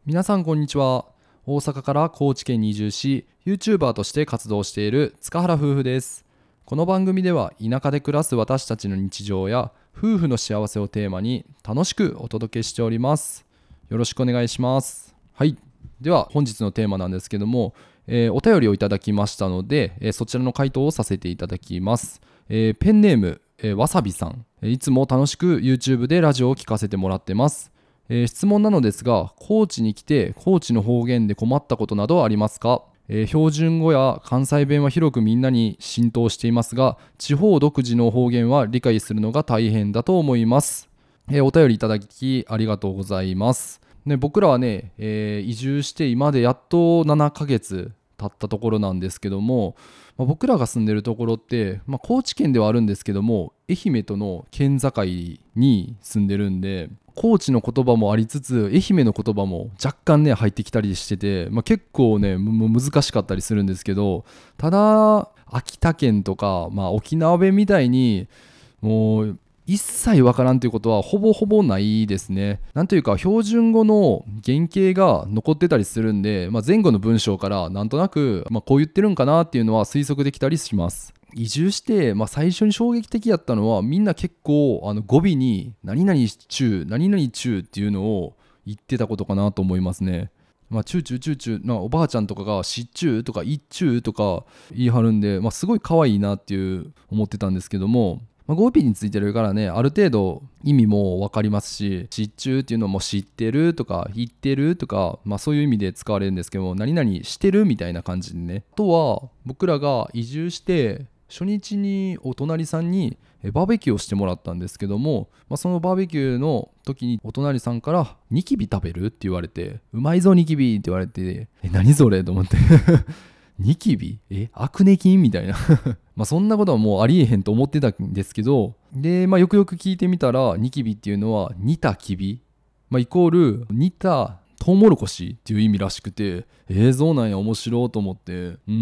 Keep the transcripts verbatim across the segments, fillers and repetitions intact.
皆さんこんにちは。大阪から高知県に移住し YouTuber として活動している塚原夫婦です。この番組では田舎で暮らす私たちの日常や夫婦の幸せをテーマに楽しくお届けしております。よろしくお願いします。はい、では本日のテーマなんですけども、えーお便りをいただきましたので、えーそちらの回答をさせていただきます。えーペンネーム、えーわさびさん、えーいつも楽しく YouTube でラジオを聞かせてもらってます。えー質問なのですが、高知に来て高知の方言で困ったことなどはありますか？えー標準語や関西弁は広くみんなに浸透していますが、地方独自の方言は理解するのが大変だと思います。えーお便りいただきありがとうございます。ね、僕らはね、えー移住して今でやっとななかげつ経ったところなんですけども、まあ僕らが住んでるところって、まあ、高知県ではあるんですけども、愛媛との県境に住んでるんで、高知の言葉もありつつ愛媛の言葉も若干ね入ってきたりしてて、まあ、結構ねむむ難しかったりするんですけど、ただ秋田県とか、まあ、沖縄弁みたいにもう一切わからんということはほぼほぼないですね。なんというか標準語の原型が残ってたりするんで、まあ、前後の文章からなんとなく、まあ、こう言ってるんかなっていうのは推測できたりします。移住して、まあ、最初に衝撃的やったのはみんな結構あの語尾に何々中何々中っていうのを言ってたことかなと思いますね。まあ、チューチューチューチューなおばあちゃんとかがしっちゅうとかいっちゅうとか言い張るんで、まあ、すごい可愛いなっていう思ってたんですけども、まあ、語尾についてるからね、ある程度意味も分かりますし、知っちゅうっていうのも知ってるとか言ってるとか、まあ、そういう意味で使われるんですけども、何々してるみたいな感じでね。あとは僕らが移住して初日にお隣さんにえバーベキューをしてもらったんですけども、まあ、そのバーベキューの時にお隣さんからニキビ食べるって言われて、うまいぞニキビって言われて、え何それと思ってニキビえアクネ菌みたいなまあそんなことはもうありえへんと思ってたんですけど、で、まあ、よくよく聞いてみたらニキビっていうのは煮たきび、まあ、イコール煮たトウモロコシっていう意味らしくて、えー、そうなんや面白いと思って、うん、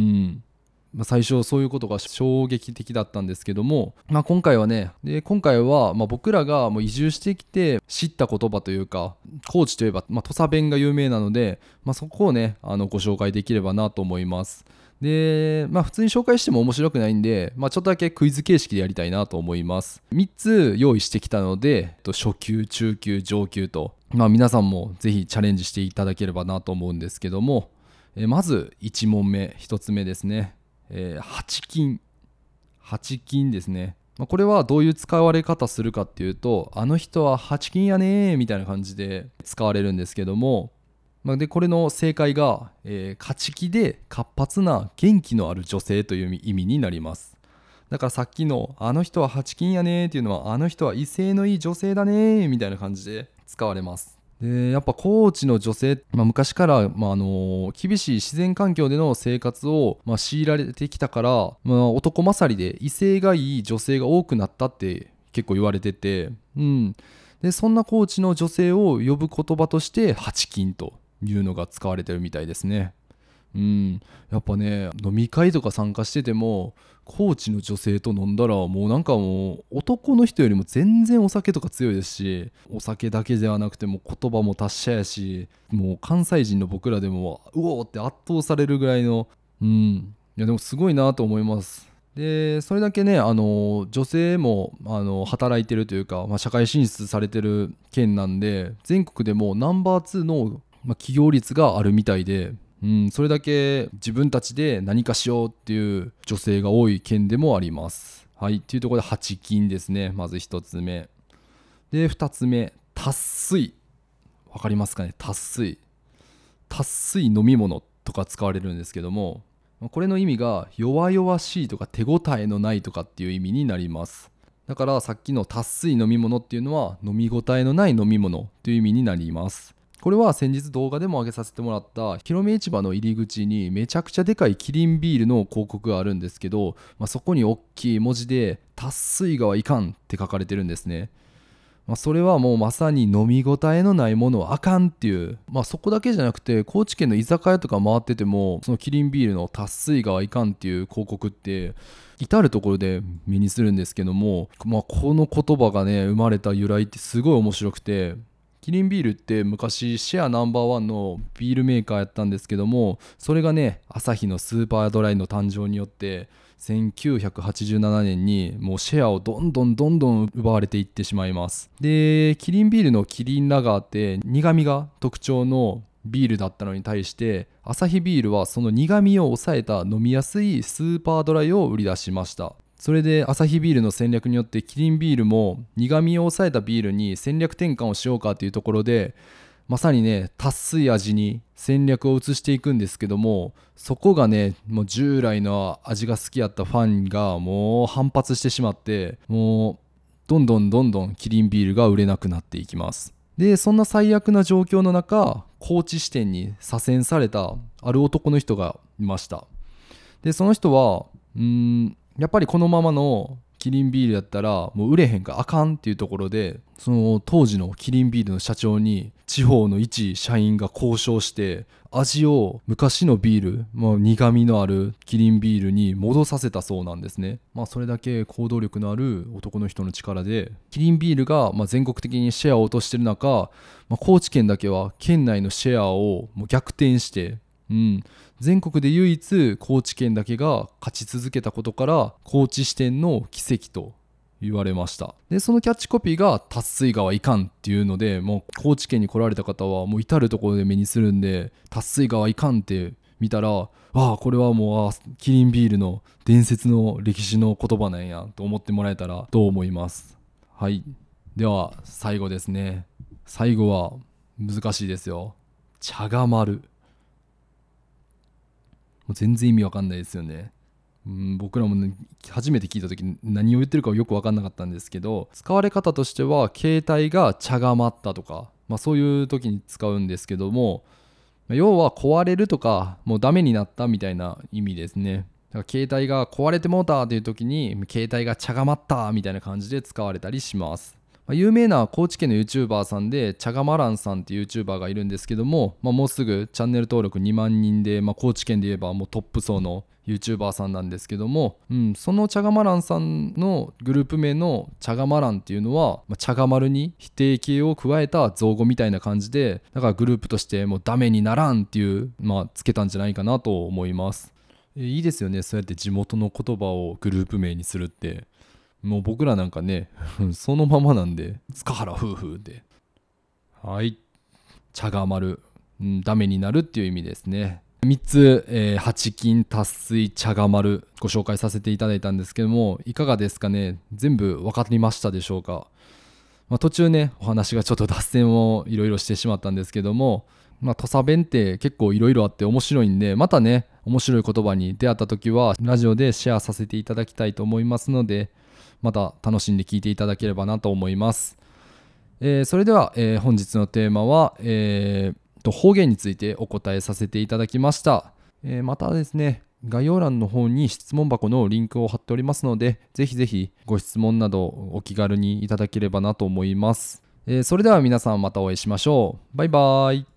まあ、最初そういうことが衝撃的だったんですけども、まあ、今回はねで今回はまあ僕らがもう移住してきて知った言葉というか、高知といえばまあ土佐弁が有名なので、まあ、そこをねあのご紹介できればなと思います。で、まあ普通に紹介しても面白くないんで、まあ、ちょっとだけクイズ形式でやりたいなと思います。みっつ用意してきたので、えっと初級、中級、上級と、まあ、皆さんもぜひチャレンジしていただければなと思うんですけども、えーまずいち問目、ひとつめですね。えー、八金。八金ですね。まあ、これはどういう使われ方するかっていうと、あの人は八金やねーみたいな感じで使われるんですけども、まあ、でこれの正解が、えー、勝ち気で活発な元気のある女性という意味になります。だからさっきのあの人は八金やねーっていうのは、あの人は威勢のいい女性だねーみたいな感じで使われます。でやっぱ高知の女性、まあ、昔から、まあ、あの厳しい自然環境での生活を、まあ、強いられてきたから、まあ、男勝りで威勢がいい女性が多くなったって結構言われてて、うん、でそんな高知の女性を呼ぶ言葉として八金というのが使われてるみたいですね。うん、やっぱね飲み会とか参加してても高知の女性と飲んだらもうなんかもう男の人よりも全然お酒とか強いですし、お酒だけではなくても言葉も達者やし、もう関西人の僕らでもうおーって圧倒されるぐらいの、うん、いやでもすごいなと思います。でそれだけねあの女性もあの働いてるというか、まあ、社会進出されてる県なんで、全国でもナンバーツーの、まあ、企業率があるみたいで、うん、それだけ自分たちで何かしようっていう女性が多い県でもあります。はい、っていうところで八金ですね。まず一つ目で、二つ目達水。わかりますかね？達水。達水飲み物とか使われるんですけども、これの意味が弱々しいとか手応えのないとかっていう意味になります。だからさっきの達水飲み物っていうのは飲み応えのない飲み物という意味になります。これは先日動画でも上げさせてもらった広め市場の入り口にめちゃくちゃでかいキリンビールの広告があるんですけど、まあ、そこに大きい文字で達水がはいかんって書かれてるんですね。まあ、それはもうまさに飲み応えのないものはあかんっていう、まあ、そこだけじゃなくて高知県の居酒屋とか回っててもそのキリンビールの達水がはいかんっていう広告って至る所で目にするんですけども、まあ、この言葉がね生まれた由来ってすごい面白くて、 キリンビールって昔シェアナンバーワンのビールメーカーやったんですけども、それがねアサヒのスーパードライの誕生によってせんきゅうひゃくはちじゅうななねんにもうシェアをどんどんどんどん奪われていってしまいます。でキリンビールのキリンラガーって苦味が特徴のビールだったのに対して、アサヒビールはその苦味を抑えた飲みやすいスーパードライを売り出しました。それでアサヒビールの戦略によってキリンビールも苦味を抑えたビールに戦略転換をしようかというところで、まさにね達水味に戦略を移していくんですけども、そこがねもう従来の味が好きやったファンがもう反発してしまって、もうどんどんどんどんキリンビールが売れなくなっていきます。でそんな最悪な状況の中、高知支店に左遷されたある男の人がいました。でその人はうーんやっぱりこのままのキリンビールやったらもう売れへんかあかんっていうところで、その当時のキリンビールの社長に地方の一社員が交渉して味を昔のビール、まあ、苦味のあるキリンビールに戻させたそうなんですね。まあそれだけ行動力のある男の人の力でキリンビールがまあ全国的にシェアを落としてる中、まあ、高知県だけは県内のシェアをもう逆転してうん、全国で唯一高知県だけが勝ち続けたことから高知支店の奇跡と言われました。でそのキャッチコピーが達水川いかんっていうので、もう高知県に来られた方はもう至る所で目にするんで、達水川いかんって見たら、ああこれはもうあキリンビールの伝説の歴史の言葉なんやと思ってもらえたらと思います。はい、では最後ですね。最後は難しいですよ。茶が丸。もう全然意味わかんないですよね。うん、僕らも、ね、初めて聞いた時何を言ってるかよく分かんなかったんですけど、使われ方としては携帯が茶がまったとか、まあ、そういう時に使うんですけども、要は壊れるとかもうダメになったみたいな意味ですね。だから携帯が壊れてもうたという時に携帯が茶がまったみたいな感じで使われたりします。まあ、有名な高知県の YouTuber さんでチャガマランさんっていう YouTuber がいるんですけども、まあ、もうすぐチャンネル登録にまんにんで、まあ、高知県で言えばもうトップ層の YouTuber さんなんですけども、うん、そのチャガマランさんのグループ名のチャガマランっていうのは、まあ、チャガマルに否定形を加えた造語みたいな感じで、だからグループとしてもうダメにならんっていう、まあ、つけたんじゃないかなと思います。えいいですよね、そうやって地元の言葉をグループ名にするって。もう僕らなんかねそのままなんで、塚原夫婦で、はい、茶が丸、うん、ダメになるっていう意味ですね。みっつ、えー、八金達水茶が丸ご紹介させていただいたんですけども、いかがですかね。全部分かりましたでしょうか。まあ、途中ねお話がちょっと脱線をいろいろしてしまったんですけども、まあ、土佐弁って結構いろいろあって面白いんで、またね面白い言葉に出会った時はラジオでシェアさせていただきたいと思いますので、また楽しんで聞いていただければなと思います。えー、それでは、えー、本日のテーマは、えー、と方言についてお答えさせていただきました。えー、またですね概要欄の方に質問箱のリンクを貼っておりますので、ぜひぜひご質問などお気軽にいただければなと思います。えー、それでは皆さんまたお会いしましょう。バイバイ。